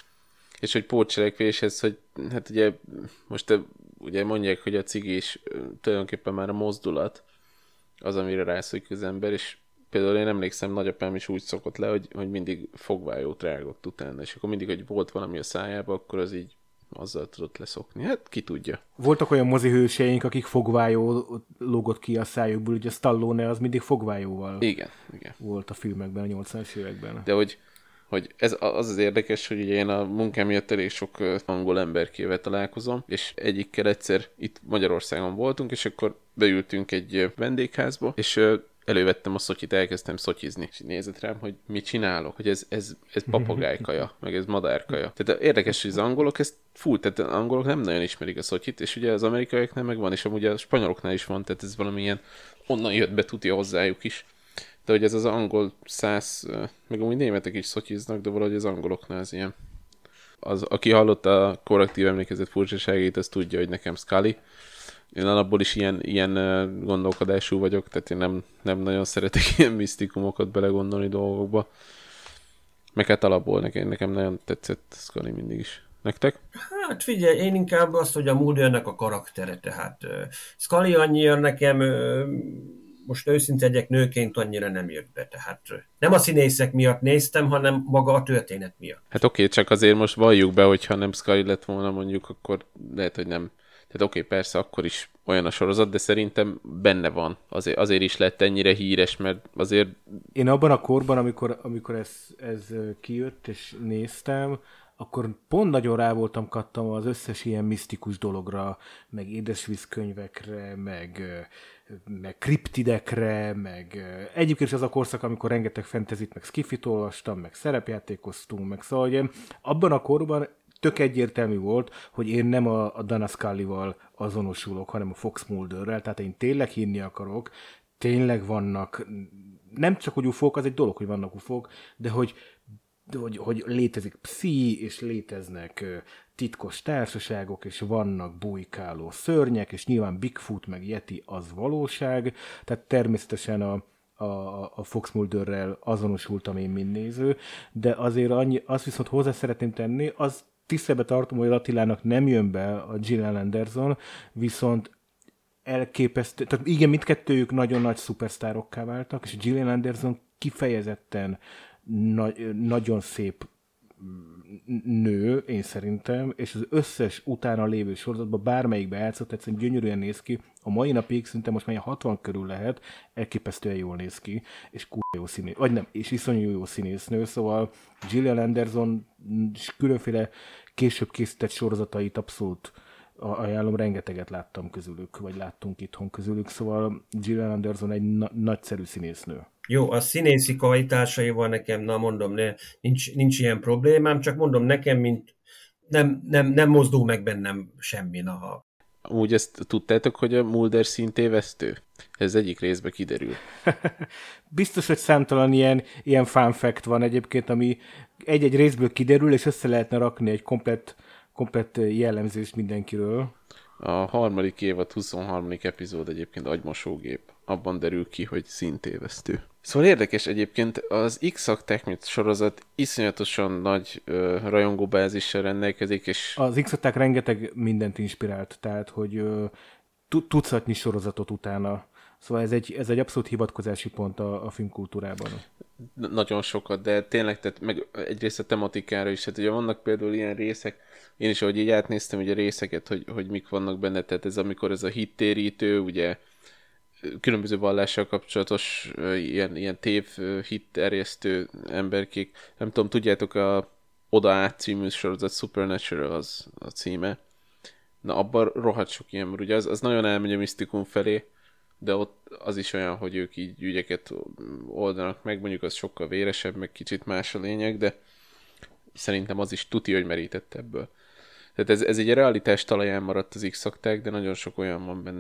és hogy pótcselekvéshez, hogy hát ugye most ugye mondják, hogy a cigis tulajdonképpen már a mozdulat az, amire rászokik az ember, és például én emlékszem, nagyapám is úgy szokott le, hogy, hogy mindig fogvájót rágott utána, és akkor mindig, hogy volt valami a szájába, akkor az így azzal tudott leszokni. Hát ki tudja. Voltak olyan mozihőseink, akik fogvájó lógott ki a szájukból, ugye Stallone az mindig fogvájóval Igen, igen. volt a filmekben, a nyolcvanas években. De hogy, hogy ez az az érdekes, hogy ugye én a munkám miatt elég sok angol emberkével találkozom, és egyikkel egyszer itt Magyarországon voltunk, és akkor beültünk egy vendégházba, és elővettem a szotyit, elkezdtem szotyizni. És nézett rám, hogy mit csinálok, hogy ez, ez, ez papagájkaja, meg ez madárkaja. Tehát érdekes, hogy az angolok ezt full, tehát az angolok nem nagyon ismerik a szotyit, és ugye az amerikaiaknál meg van, és amúgy a spanyoloknál is van, tehát ez valamilyen onnan jött be tudja hozzájuk is. De hogy ez az angol száz, meg amúgy németek is szotyiznak, de valahogy az angoloknál ez ilyen. Az, aki hallotta a korrektív emlékezet furcsaságait, az tudja, hogy nekem Scully. Én alapból is ilyen, ilyen gondolkodású vagyok, tehát én nem, nem nagyon szeretek ilyen misztikumokat belegondolni dolgokba. Meg hát alapból nekem, nekem nagyon tetszett Scully mindig is. Nektek? Hát figyelj, én inkább azt, hogy a Muldernek a karaktere, tehát uh, Scully annyira nekem, uh, most őszinte legyek, nőként annyira nem jött be, tehát uh, nem a színészek miatt néztem, hanem maga a történet miatt. Hát oké, okay, csak azért most valljuk be, hogyha nem Scully lett volna mondjuk, akkor lehet, hogy nem. Tehát oké, okay, persze, akkor is olyan a sorozat, de szerintem benne van. Azért, azért is lett ennyire híres, mert azért... Én abban a korban, amikor, amikor ez, ez kijött, és néztem, akkor pont nagyon rá voltam kattam az összes ilyen misztikus dologra, meg édesvízkönyvekre, meg, meg kriptidekre, meg egyébként is az a korszak, amikor rengeteg fentezit, meg skifit olvastam, meg szerepjátékoztunk, meg szóval, hogy abban a korban tök egyértelmű volt, hogy én nem a, a Dana Scully-val azonosulok, hanem a Fox Mulderrel, tehát én tényleg hinni akarok, tényleg vannak, nem csak, hogy ufók, az egy dolog, hogy vannak ufók, de hogy, de hogy, hogy létezik pszi, és léteznek titkos társaságok, és vannak bujkáló szörnyek, és nyilván Bigfoot meg Yeti az valóság, tehát természetesen a A, a Fox Mulderrel azonosultam én, mint néző, de azért annyi, azt viszont hozzá szeretném tenni, az tiszteletbe tartom, hogy Attilának nem jön be a Gillian Anderson, viszont elképesztő, tehát igen, mindkettőjük nagyon nagy szupersztárokká váltak, és Gillian Anderson kifejezetten na- nagyon szép nő, én szerintem, és az összes utána lévő sorozatban bármelyikbe játszott, egyszerűen gyönyörűen néz ki. A mai napig szinte most már hatvan körül lehet, elképesztően jól néz ki, és kurva jó színész, vagy nem, és iszonyú jó színésznő, szóval Gillian Anderson és különféle később készített sorozatait abszolút ajánlom, rengeteget láttam közülük, vagy láttunk itthon közülük, szóval Gillian Anderson egy na- nagyszerű színésznő. Jó, a színészi kvalitásaival nekem, na mondom, ne, nincs, nincs ilyen problémám, csak mondom nekem, mint nem, nem, nem mozdul meg bennem semmi, naha. Úgy ezt tudtátok, hogy a Mulder színtévesztő? Ez egyik részben kiderül. Biztos, hogy számtalan ilyen, ilyen fun fact van egyébként, ami egy-egy részből kiderül, és össze lehetne rakni egy komplett, komplett jellemzést mindenkiről. A harmadik évad huszonharmadik epizód egyébként agymosógép. Abban derül ki, hogy színtévesztő. Szóval érdekes egyébként, az X-akták, mint sorozat iszonyatosan nagy ö, rajongóbázissal rendelkezik, és... Az X-akták rengeteg mindent inspirált, tehát, hogy ö, tucatnyi sorozatot utána. Szóval ez egy, ez egy abszolút hivatkozási pont a, a filmkultúrában. Nagyon sokat, de tényleg, tehát meg egyrészt a tematikára is, hát ugye vannak például ilyen részek, én is ahogy így átnéztem ugye részeket, hogy, hogy mik vannak benne, tehát ez amikor ez a hittérítő, ugye különböző vallással kapcsolatos ilyen, ilyen tév hitterjesztő emberkék, nem tudom, tudjátok, a Oda át című sorozat, Supernatural az a címe. Na abban rohadt sok ilyen, mert ugye az, az nagyon elmegy a misztikum felé, de ott az is olyan, hogy ők így ügyeket oldanak meg, mondjuk az sokkal véresebb, meg kicsit más a lényeg, de szerintem az is tuti, hogy merített ebből. Tehát ez, ez egy realitás talaján maradt az X-akták, de nagyon sok olyan van benne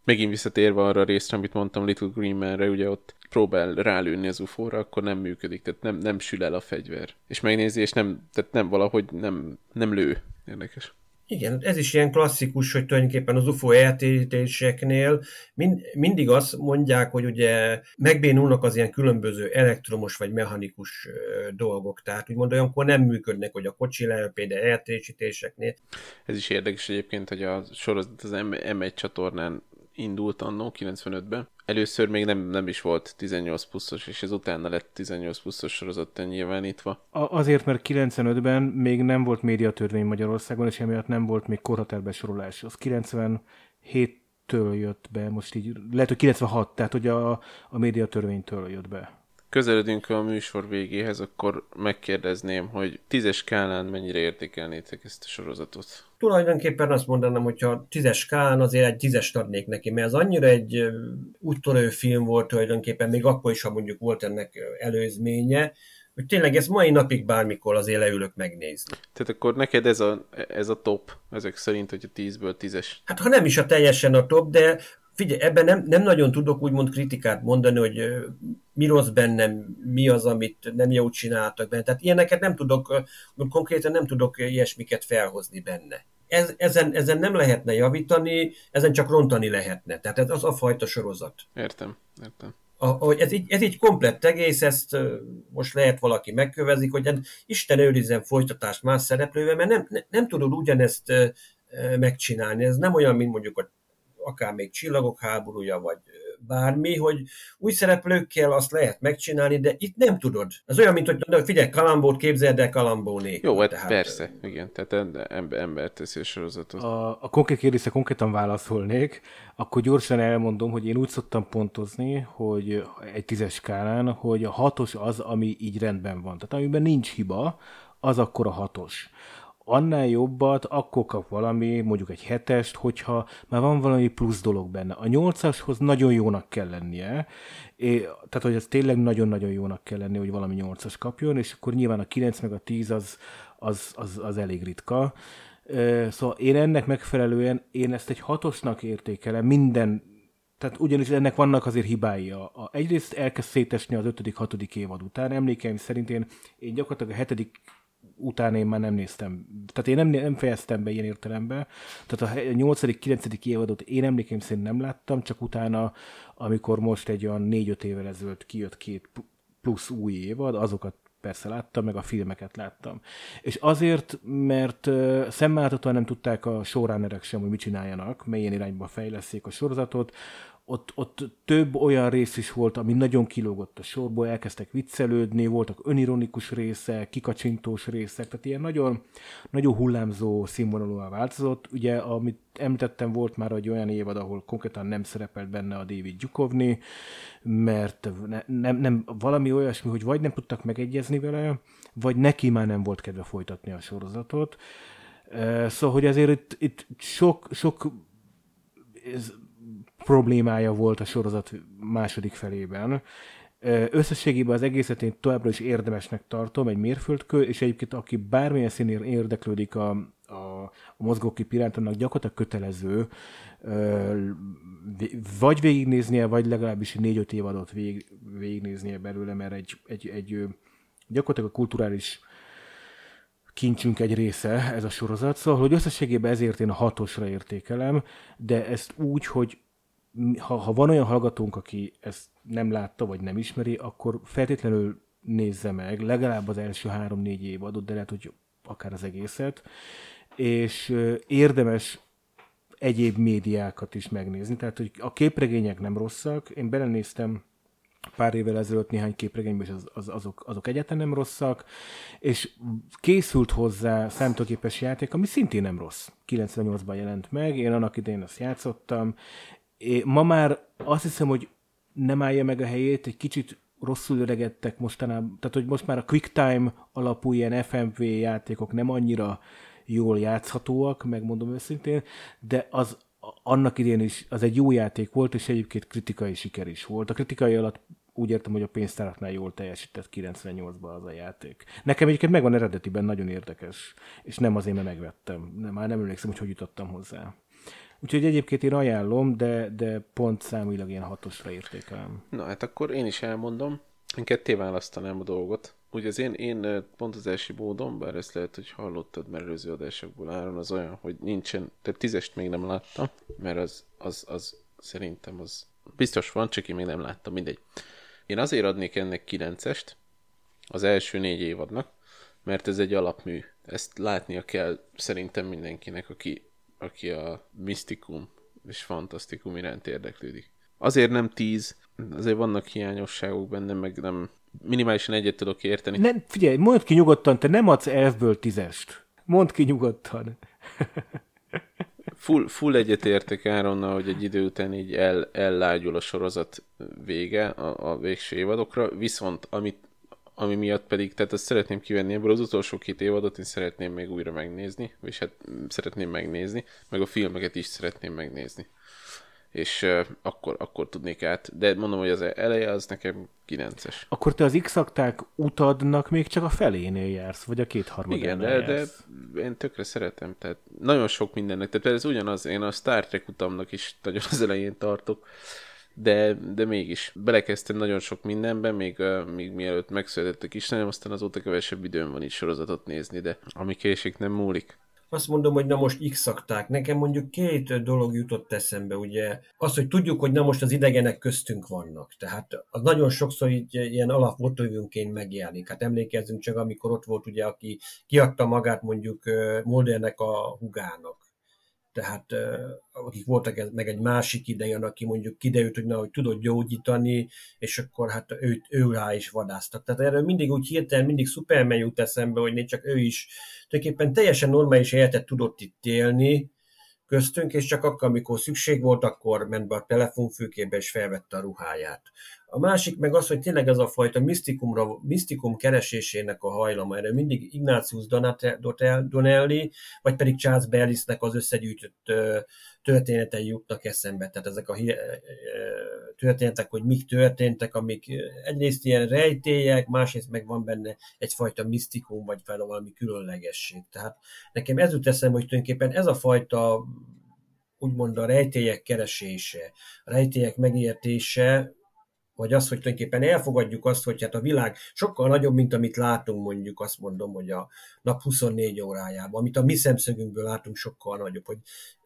Megint visszatérve arra a részre, amit mondtam Little Green Man-re, ugye ott próbál rálőni az ufóra, akkor nem működik, tehát nem, nem sül el a fegyver. És megnézi, és nem, tehát nem valahogy nem, nem lő. Érdekes. Igen, ez is ilyen klasszikus, hogy tulajdonképpen az u f o eltérítéseknél mind, mindig azt mondják, hogy ugye megbénulnak az ilyen különböző elektromos vagy mechanikus dolgok, tehát úgymond olyankor nem működnek, hogy a kocsi lejön például eltérítéseknél. Ez is érdekes egyébként, hogy a sorozat az em egy csatornán indult annó kilencvenötben. Először még nem, nem is volt tizennyolc pluszos, és ez utána lett tizennyolc pluszos sorozattal nyilvánítva. A- azért, mert kilencvenötben még nem volt médiatörvény Magyarországon, és emiatt nem volt még korhatárbesorolás. Az kilencvenhéttől jött be, most így, lehet, hogy kilencvenhat, tehát hogy a, a médiatörvénytől jött be. Közeledünk a műsor végéhez, akkor megkérdezném, hogy tízes skálán mennyire értékelnétek ezt a sorozatot? Tulajdonképpen azt mondanám, hogyha tízes skálán azért egy tízest adnék neki, mert az annyira egy úttörő film volt tulajdonképpen, még akkor is, ha mondjuk volt ennek előzménye, hogy tényleg ez mai napig bármikor azért leülök megnézni. Tehát akkor neked ez a, ez a top, ezek szerint, hogy a tízből tízes. Hát ha nem is a teljesen a top, de figyelj, ebben nem, nem nagyon tudok úgymond kritikát mondani, hogy mi rossz bennem, mi az, amit nem jól csináltak benne. Tehát ilyeneket nem tudok, konkrétan nem tudok ilyesmiket felhozni benne. Ez, ezen, ezen nem lehetne javítani, ezen csak rontani lehetne. Tehát ez az a fajta sorozat. Értem, értem. A, ez, így, ez így komplett egész, ezt most lehet valaki megkövezik, hogy Isten őrizzen folytatást más szereplővel, mert nem, nem, nem tudod ugyanezt megcsinálni. Ez nem olyan, mint mondjuk a akár még Csillagok háborúja, vagy bármi, hogy új szereplőkkel azt lehet megcsinálni, de itt nem tudod. Ez olyan, mint hogy figyelj, Kalambót képzeld el Kalambó nélkül. Jó, hát tehát... persze, igen, tehát ember, ember teszi a sorozatot. A, a konkrét kérdésre konkrétan válaszolnék, akkor gyorsan elmondom, hogy én úgy szoktam pontozni, hogy egy tízes skálán, hogy a hatos az, ami így rendben van. Tehát amiben nincs hiba, az akkor a hatos. Annál jobbat akkor kap valami, mondjuk egy hetest, hogyha már van valami plusz dolog benne. A nyolcashoz nagyon jónak kell lennie, é, tehát hogy ez tényleg nagyon-nagyon jónak kell lennie, hogy valami nyolcas kapjon, és akkor nyilván a kilenc meg a tíz az, az, az, az elég ritka. Szóval én ennek megfelelően, én ezt egy hatosnak értékelem, minden, tehát ugyanis ennek vannak azért hibái. A, a, egyrészt elkezd szétesni az ötödik, hatodik évad után. Emlékeim szerint én, én gyakorlatilag a hetedik után én már nem néztem. Tehát én nem, nem fejeztem be ilyen értelemben. Tehát a nyolcadik, kilencedik évadot én emlékeim szerint nem láttam, csak utána, amikor most egy olyan négy-öt évvel ezelőtt kijött két plusz új évad, azokat persze láttam, meg a filmeket láttam. És azért, mert uh, szemmáthatóan nem tudták a showrunnerek sem, hogy mit csináljanak, melyen irányba fejleszték a sorozatot. Ott, ott több olyan rész is volt, ami nagyon kilógott a sorból, elkezdtek viccelődni, voltak önironikus részek, kikacsintós részek, tehát ilyen nagyon, nagyon hullámzó színvonalúan változott. Ugye, amit említettem, volt már egy olyan évad, ahol konkrétan nem szerepelt benne a David Duchovny, mert ne, nem, nem, valami olyasmi, hogy vagy nem tudtak megegyezni vele, vagy neki már nem volt kedve folytatni a sorozatot. Szóval, hogy azért itt, itt sok, sok ez, problémája volt a sorozat második felében. Összességében az egészet én továbbra is érdemesnek tartom, egy mérföldkő, és egyébként aki bármilyen színén érdeklődik a, a, a mozgókép iránt, annak gyakorlatilag kötelező vagy végignéznie, vagy legalábbis négy-öt évadot végig, végignéznie belőle, mert egy, egy, egy gyakorlatilag a kulturális kincsünk egy része ez a sorozat. Szóval, hogy összességében ezért én a hatosra értékelem, de ezt úgy, hogy Ha, ha van olyan hallgatónk, aki ezt nem látta, vagy nem ismeri, akkor feltétlenül nézze meg, legalább az első három-négy évadot, de lehet, hogy akár az egészet, és érdemes egyéb médiákat is megnézni. Tehát, hogy a képregények nem rosszak, én belenéztem pár évvel ezelőtt néhány képregényben, és az, az, azok, azok egyáltalán nem rosszak, és készült hozzá számítógépes játék, ami szintén nem rossz. kilencvennyolcban jelent meg, én annak idején azt játszottam. É, ma már azt hiszem, hogy nem állja meg a helyét, egy kicsit rosszul öregedtek mostanában, tehát hogy most már a QuickTime alapú ilyen ef em vé játékok nem annyira jól játszhatóak, megmondom őszintén, de az annak idején is az egy jó játék volt, és egyébként kritikai siker is volt. A kritikai alatt úgy értem, hogy a pénztáraknál jól teljesített kilencvennyolcban az a játék. Nekem egyébként megvan eredetiben, nagyon érdekes, és nem azért, mert megvettem. Nem, már nem emlékszem, hogy hogy jutottam hozzá. Úgyhogy egyébként én ajánlom, de, de pont számilag ilyen hatosra értékelem. Na hát akkor én is elmondom. Én ketté választanám a dolgot. Ugye az én, én pontozási módom, bár ezt lehet, hogy hallottad már előző adásokból, Áron, az olyan, hogy nincsen, tehát tízest még nem láttam, mert az, az, az szerintem az biztos van, csak én még nem láttam, mindegy. Én azért adnék ennek kilencest, az első négy évadnak, mert ez egy alapmű. Ezt látnia kell szerintem mindenkinek, aki, aki a misztikum és fantasztikum iránt érdeklődik. Azért nem tíz, azért vannak hiányosságok benne, meg nem minimálisan egyet tudok érteni. Nem, figyelj, mondd ki nyugodtan, te nem adsz elfből tízest. Mondd ki nyugodtan. Full, full egyet értek Áronnal, hogy egy idő után így el, ellágyul a sorozat vége a, a végső évadokra, viszont amit, ami miatt pedig, tehát azt szeretném kivenni ebből az utolsó két évadot, én szeretném még újra megnézni, és hát szeretném megnézni, meg a filmeket is szeretném megnézni. És uh, akkor, akkor tudnék át. De mondom, hogy az eleje az nekem kilences. Akkor te az X-akták utadnak még csak a felénél jársz, vagy a kétharmadánál Igen, de, jársz. de én tökre szeretem. Tehát nagyon sok mindennek. Tehát ez ugyanaz, én a Star Trek utamnak is nagyon az elején tartok, de, de mégis belekezdtem nagyon sok mindenben, még, uh, még mielőtt megszületett a kislányom, aztán azóta kevesebb időm van így sorozatot nézni, de ami késik, nem múlik. Azt mondom, hogy na most X-akták. Nekem mondjuk két dolog jutott eszembe, ugye. Az, hogy tudjuk, hogy na most az idegenek köztünk vannak. Tehát az nagyon sokszor így ilyen alapmotivunként megjelenik. Hát emlékezzünk csak, amikor ott volt ugye, aki kiadta magát mondjuk Muldernek a húgának. Tehát akik voltak, meg egy másik idegen, aki mondjuk kiderült, hogy na, hogy tudod gyógyítani, és akkor hát őt, ő rá is vadásztak. Tehát erről mindig úgy hirtelen, mindig Superman jut eszembe, hogy né csak ő is tulajdonképpen teljesen normális életet tudott itt élni köztünk, és csak akkor, amikor szükség volt, akkor ment be a telefonfülkébe, és felvette a ruháját. A másik meg az, hogy tényleg ez a fajta misztikumra, misztikum keresésének a hajlama, erre mindig Ignatius Donnelly, vagy pedig Charles Bellisnek az összegyűjtött történetei jutnak eszembe. Tehát ezek a történetek, hogy mik történtek, amik egyrészt ilyen rejtélyek, másrészt meg van benne egyfajta misztikum, vagy fel valami különlegesség. Tehát nekem ez jut eszembe, hogy tulajdonképpen ez a fajta úgymond a rejtélyek keresése, a rejtélyek megértése, vagy az, hogy tulajdonképpen elfogadjuk azt, hogy hát a világ sokkal nagyobb, mint amit látunk, mondjuk azt mondom, hogy a nap huszonnégy órájában, amit a mi szemszögünkből látunk, sokkal nagyobb. Hogy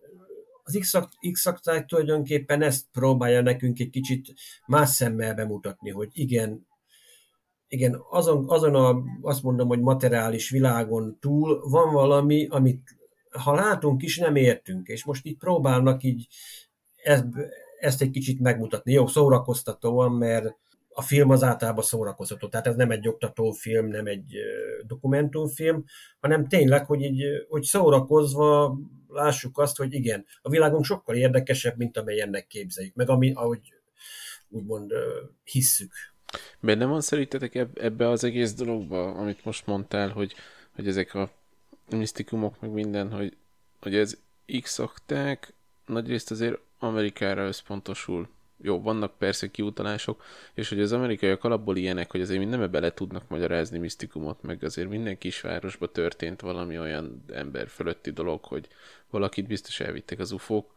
az X-akták tulajdonképpen ezt próbálja nekünk egy kicsit más szemmel bemutatni, hogy igen, igen azon, azon a, azt mondom, hogy materiális világon túl van valami, amit ha látunk is, nem értünk, és most így próbálnak így ezt, ezt egy kicsit megmutatni. Jó, szórakoztatóan, mert a film az általában szórakoztató, tehát ez nem egy oktatófilm, nem egy dokumentumfilm, hanem tényleg, hogy, így, hogy szórakozva lássuk azt, hogy igen, a világunk sokkal érdekesebb, mint amelyennek képzeljük, meg ami, ahogy úgymond hisszük. Benne van szerintetek ebbe az egész dologba, amit most mondtál, hogy, hogy ezek a misztikumok, meg minden, hogy, hogy ez X-akták nagyrészt azért Amerikára összpontosul. Jó, vannak persze kiutalások, és hogy az amerikaiak alapból ilyenek, hogy azért mindenbe bele tudnak magyarázni misztikumot, meg azért minden kisvárosba történt valami olyan ember fölötti dolog, hogy valakit biztos elvittek az ufók.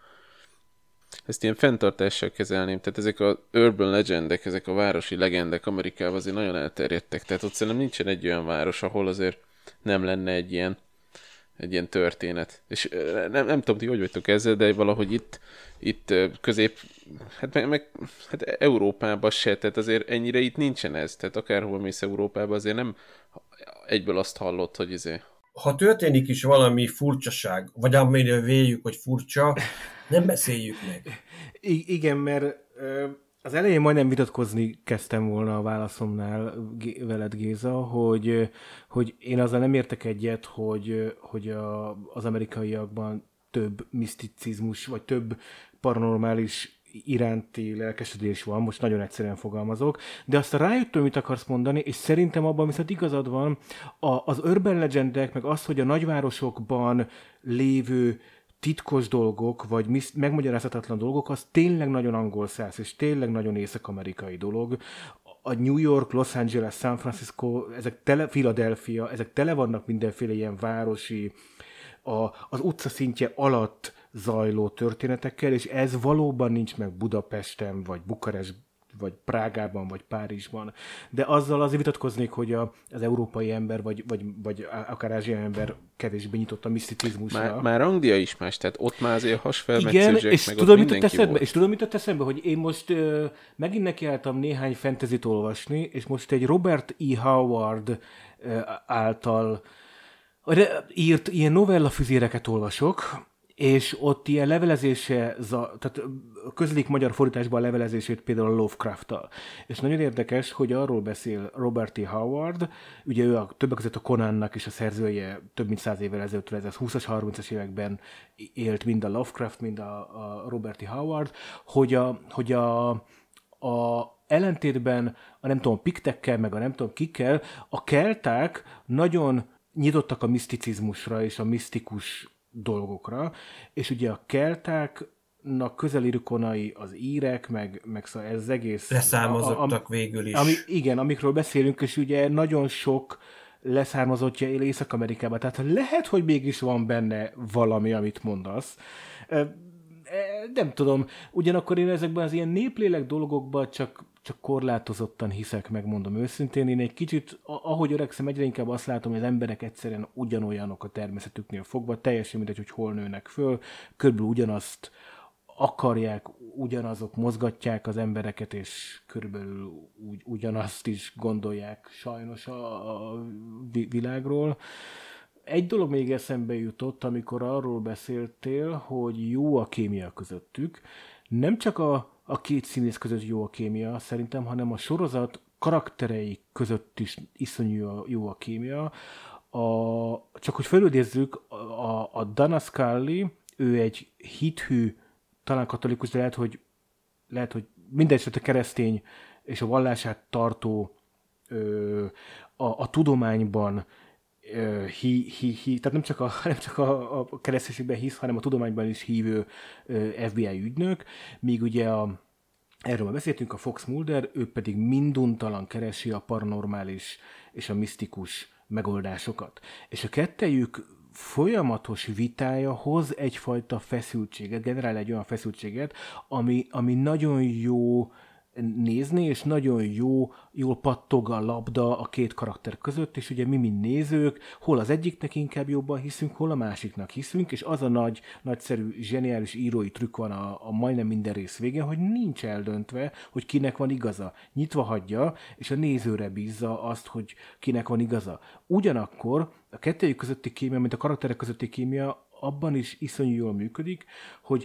Ezt ilyen fenntartással kezelném, tehát ezek a urban legendek, ezek a városi legendek Amerikában azért nagyon elterjedtek, tehát ott szerintem nincsen egy olyan város, ahol azért nem lenne egy ilyen egy ilyen történet. És nem, nem tudom, ti hogy vagytok ezzel, de valahogy itt, itt közép, hát, meg, meg, hát Európában se, tehát azért ennyire itt nincsen ez. Tehát akárhol mész Európában, azért nem egyből azt hallott, hogy izé. Ha történik is valami furcsaság, vagy amire véljük, hogy furcsa, nem beszéljük meg. I- igen, mert az elején majdnem vitatkozni kezdtem volna a válaszomnál veled, Géza, hogy, hogy én azzal nem értek egyet, hogy, hogy a, az amerikaiakban több miszticizmus, vagy több paranormális iránti lelkesedés van, most nagyon egyszerűen fogalmazok, de aztán rájöttem, mit akarsz mondani, és szerintem abban viszont igazad van, a, az urban legendek, meg az, hogy a nagyvárosokban lévő titkos dolgok, vagy megmagyarázhatatlan dolgok, az tényleg nagyon angol száz, és tényleg nagyon észak-amerikai dolog. A New York, Los Angeles, San Francisco, ezek tele, Philadelphia, ezek tele vannak mindenféle ilyen városi, a, az utca szintje alatt zajló történetekkel, és ez valóban nincs meg Budapesten, vagy Bukarest, vagy Prágában, vagy Párizsban. De azzal azért vitatkoznék, hogy a, az európai ember, vagy, vagy, vagy akár ázsiai ember kevésbé nyitott a miszticizmusra. Már, már Anglia is más, tehát ott már azért hasfelmetszőzsek, meg és ott tudom, mindenki mit volt. És tudom, mit tett eszembe, hogy én most uh, megint nekiálltam néhány fantasyt olvasni, és most egy Robert E. Howard uh, által írt ilyen novellafüzéreket olvasok, és ott ilyen levelezése, tehát közlik magyar fordításban a levelezését például a Lovecraft-tal. És nagyon érdekes, hogy arról beszél Robert E. Howard, ugye ő a, többek között a Conannak is a szerzője, több mint száz évvel ezelőtt, ez húszas, harmincas években élt mind a Lovecraft, mind a, a Robert E. Howard, hogy a, hogy a, a ellentétben a nem tudom, piktekkel, meg a nem tudom kikkel, a kelták nagyon nyitottak a miszticizmusra és a misztikus dolgokra, és ugye a keltáknak közeli rokonai az írek, meg, meg szóval ez az egész... Leszármazottak a, a, végül is. Ami, igen, amikről beszélünk, és ugye nagyon sok leszármazottja él Észak-Amerikában, tehát lehet, hogy mégis van benne valami, amit mondasz. Nem tudom, ugyanakkor én ezekben az ilyen néplélek dolgokban csak, csak korlátozottan hiszek, megmondom őszintén. Én egy kicsit, ahogy öregszem, egyre inkább azt látom, hogy az emberek egyszerűen ugyanolyanok a természetüknél fogva, teljesen mindegy, hogy hol nőnek föl, körülbelül ugyanazt akarják, ugyanazok mozgatják az embereket, és körülbelül ugy, ugyanazt is gondolják sajnos a, a világról. Egy dolog még eszembe jutott, amikor arról beszéltél, hogy jó a kémia közöttük. Nem csak a, a két színész között jó a kémia, szerintem, hanem a sorozat karakterei között is iszonyú jó a kémia. A, csak hogy felidézzük, a, a Dana Scully, ő egy hithű, talán katolikus, de lehet, hogy, lehet, hogy mindenesetre keresztény és a vallását tartó ö, a, a tudományban Hi, hi, hi, tehát nem csak a, nem csak a, a kereszténységben hisz, hanem a tudományban is hívő ef bé i ügynök, míg ugye a, erről már beszéltünk, a Fox Mulder, ő pedig minduntalan keresi a paranormális és a misztikus megoldásokat. És a kettejük folyamatos vitája hoz egyfajta feszültséget, generál egy olyan feszültséget, ami, ami nagyon jó nézni, és nagyon jó, jól pattog a labda a két karakter között, és ugye mi, mint nézők, hol az egyiknek inkább jobban hiszünk, hol a másiknak hiszünk, és az a nagy, nagyszerű, zseniális írói trükk van a, a majdnem minden rész végén, hogy nincs eldöntve, hogy kinek van igaza. Nyitva hagyja, és a nézőre bízza azt, hogy kinek van igaza. Ugyanakkor a kettőjük közötti kémia, mint a karakterek közötti kémia, abban is iszonyú jól működik, hogy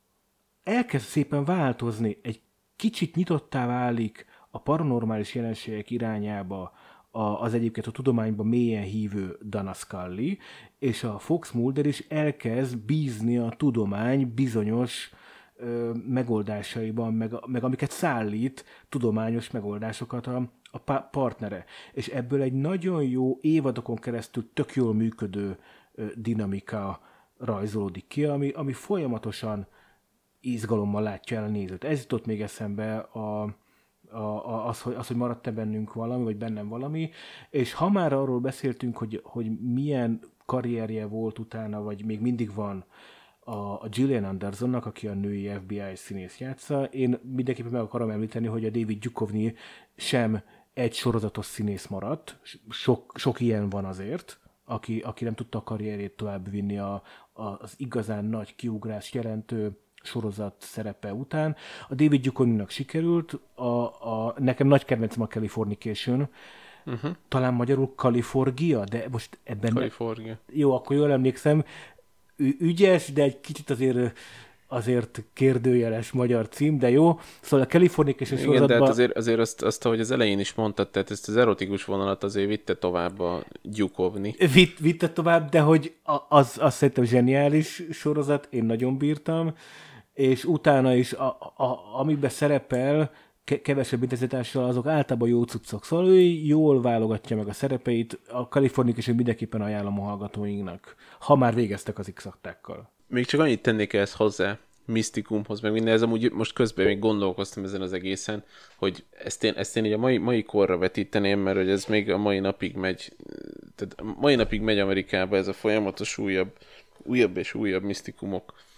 elkezd szépen változni, egy kicsit nyitottá válik a paranormális jelenségek irányába az egyébként a tudományban mélyen hívő Dana Scully, és a Fox Mulder is elkezd bízni a tudomány bizonyos ö, megoldásaiban, meg, meg amiket szállít tudományos megoldásokat a, a partnere. És ebből egy nagyon jó évadokon keresztül tök jól működő ö, dinamika rajzolódik ki, ami, ami folyamatosan izgalommal látja el a nézőt. Ez jutott még eszembe a, a, a, az, hogy, az, hogy maradt-e bennünk valami, vagy bennem valami, és ha már arról beszéltünk, hogy, hogy milyen karrierje volt utána, vagy még mindig van a, a Gillian Andersonnak, aki a női ef bé i színész játsza, én mindenképpen meg akarom említeni, hogy a David Duchovny sem egy sorozatos színész maradt, sok, sok ilyen van azért, aki, aki nem tudta a karrierjét tovább vinni a, a, az igazán nagy kiugrást jelentő sorozat szerepe után. A David Duchovnynak sikerült, a, a, nekem nagy kedvencem a Californication, uh-huh. Talán magyarul Kaliforgia, de most ebben... Kalifornia. Jó, akkor jól emlékszem, ő ügyes, de egy kicsit azért azért kérdőjeles magyar cím, de jó. Szóval a Californication igen, sorozatban... de hát azért, azért azt, azt, ahogy az elején is mondtad, tehát ezt az erotikus vonalat azért vitte tovább a Duchovny. Vitt, vitte tovább, de hogy az, az szerintem zseniális sorozat, én nagyon bírtam, és utána is, a, a, amiben szerepel, ke- kevesebb intenzitással, azok általában jó cuccok. Szóval ő jól válogatja meg a szerepeit, a Californication mindenképpen ajánlom a hallgatóinknak, ha már végeztek az X-aktákkal. Még csak annyit tennék ehhez hozzá, misztikumhoz, meg minden, ez amúgy most közben még gondolkoztam ezen az egészen, hogy ezt én, ezt én így a mai, mai korra vetíteném, mert hogy ez még a mai napig megy, tehát a mai napig megy Amerikába ez a folyamatos újabb, újabb és újabb misztikumok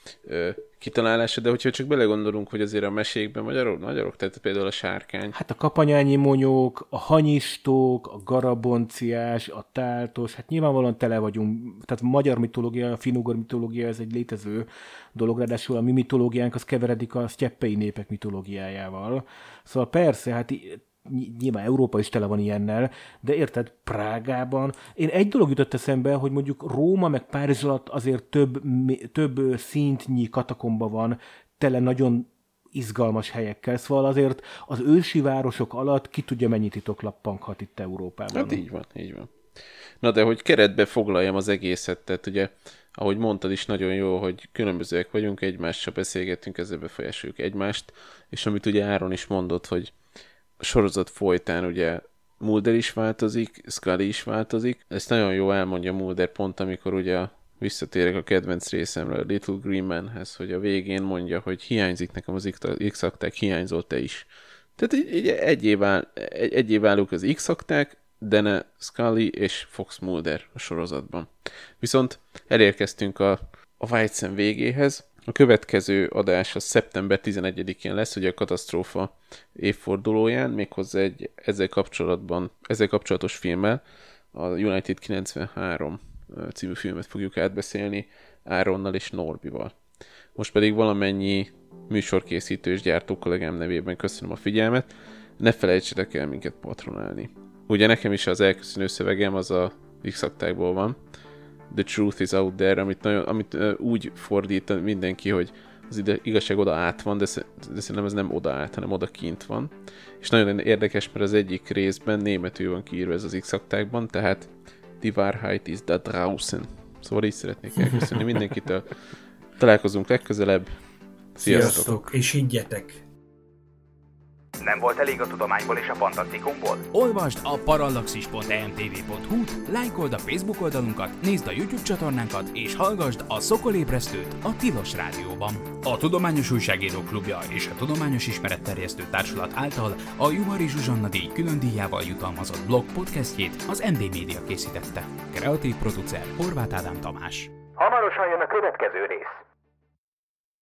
ö, kitalálása, de hogyha csak belegondolunk, hogy azért a mesékben magyarok, magyarok, tehát például a sárkány. Hát a kapanyányi monyók, a hanyistók, a garabonciás, a táltos, hát nyilvánvalóan tele vagyunk, tehát a magyar mitológia, a finnugor mitológia, ez egy létező dolog, ráadásul a mi mitológiánk az keveredik a sztyeppei népek mitológiájával. Szóval persze, hát nyilván Európa is tele van ilyennel, de érted, Prágában. Én egy dolog jutott eszembe, hogy mondjuk Róma meg Párizs alatt azért több, több szintnyi katakomba van, tele nagyon izgalmas helyekkel, szóval azért az ősi városok alatt ki tudja, mennyi titok lappanghat itt Európában. Hát így van, így van. Na de hogy keretbe foglaljam az egészet, tehát ugye, ahogy mondtad is nagyon jó, hogy különbözőek vagyunk, egymással beszélgetünk, ezzel befolyásoljuk egymást, és amit ugye Áron is mondott, hogy a sorozat folytán ugye Mulder is változik, Scully is változik. Ezt nagyon jó elmondja Mulder pont, amikor ugye visszatérek a kedvenc részemre, a Little Green Manhez, hogy a végén mondja, hogy hiányzik nekem az X-akták, hiányzol te is. Tehát így, így egyé, vál, egy, egyé válunk az X-akták, Dana Scully és Fox Mulder a sorozatban. Viszont elérkeztünk a, a White Sam végéhez. A következő adás az szeptember tizenegyedikén lesz, ugye a katasztrófa évfordulóján, méghozzá egy ezzel kapcsolatban, ezzel kapcsolatos filmmel, a United kilencvenhárom című filmet fogjuk átbeszélni Áronnal és Norbival. Most pedig valamennyi műsorkészítő és gyártó kollégám nevében köszönöm a figyelmet, ne felejtsetek el minket patronálni. Ugye nekem is az elköszönő szövegem az a X-aktákból van, The Truth is Out There, amit, nagyon, amit uh, úgy fordít mindenki, hogy az ide, igazság oda át van, de, de szerintem ez nem oda át, hanem oda kint van. És nagyon érdekes, mert az egyik részben németül van kiírva ez az X-aktákban, tehát Die Wahrheit is da draußen. Szóval így szeretnék elköszönni mindenkitől. Találkozunk legközelebb. Sziasztok! Sziasztok, és higgyetek! Nem volt elég a tudományból és a fantasztikumból? Olvasd a parallaxis pont e m t v pont h-t, lájkold a Facebook oldalunkat, nézd a YouTube csatornánkat, és hallgasd a Szokolébresztőt a Tilos Rádióban. A Tudományos Újságírók Klubja és a Tudományos Ismeretterjesztő Társulat által a Juhari Zsuzsanna díj külön díjával jutalmazott blog podcastjét az em dé Media készítette. Kreatív producer Horváth Ádám Tamás. Hamarosan jön a következő rész.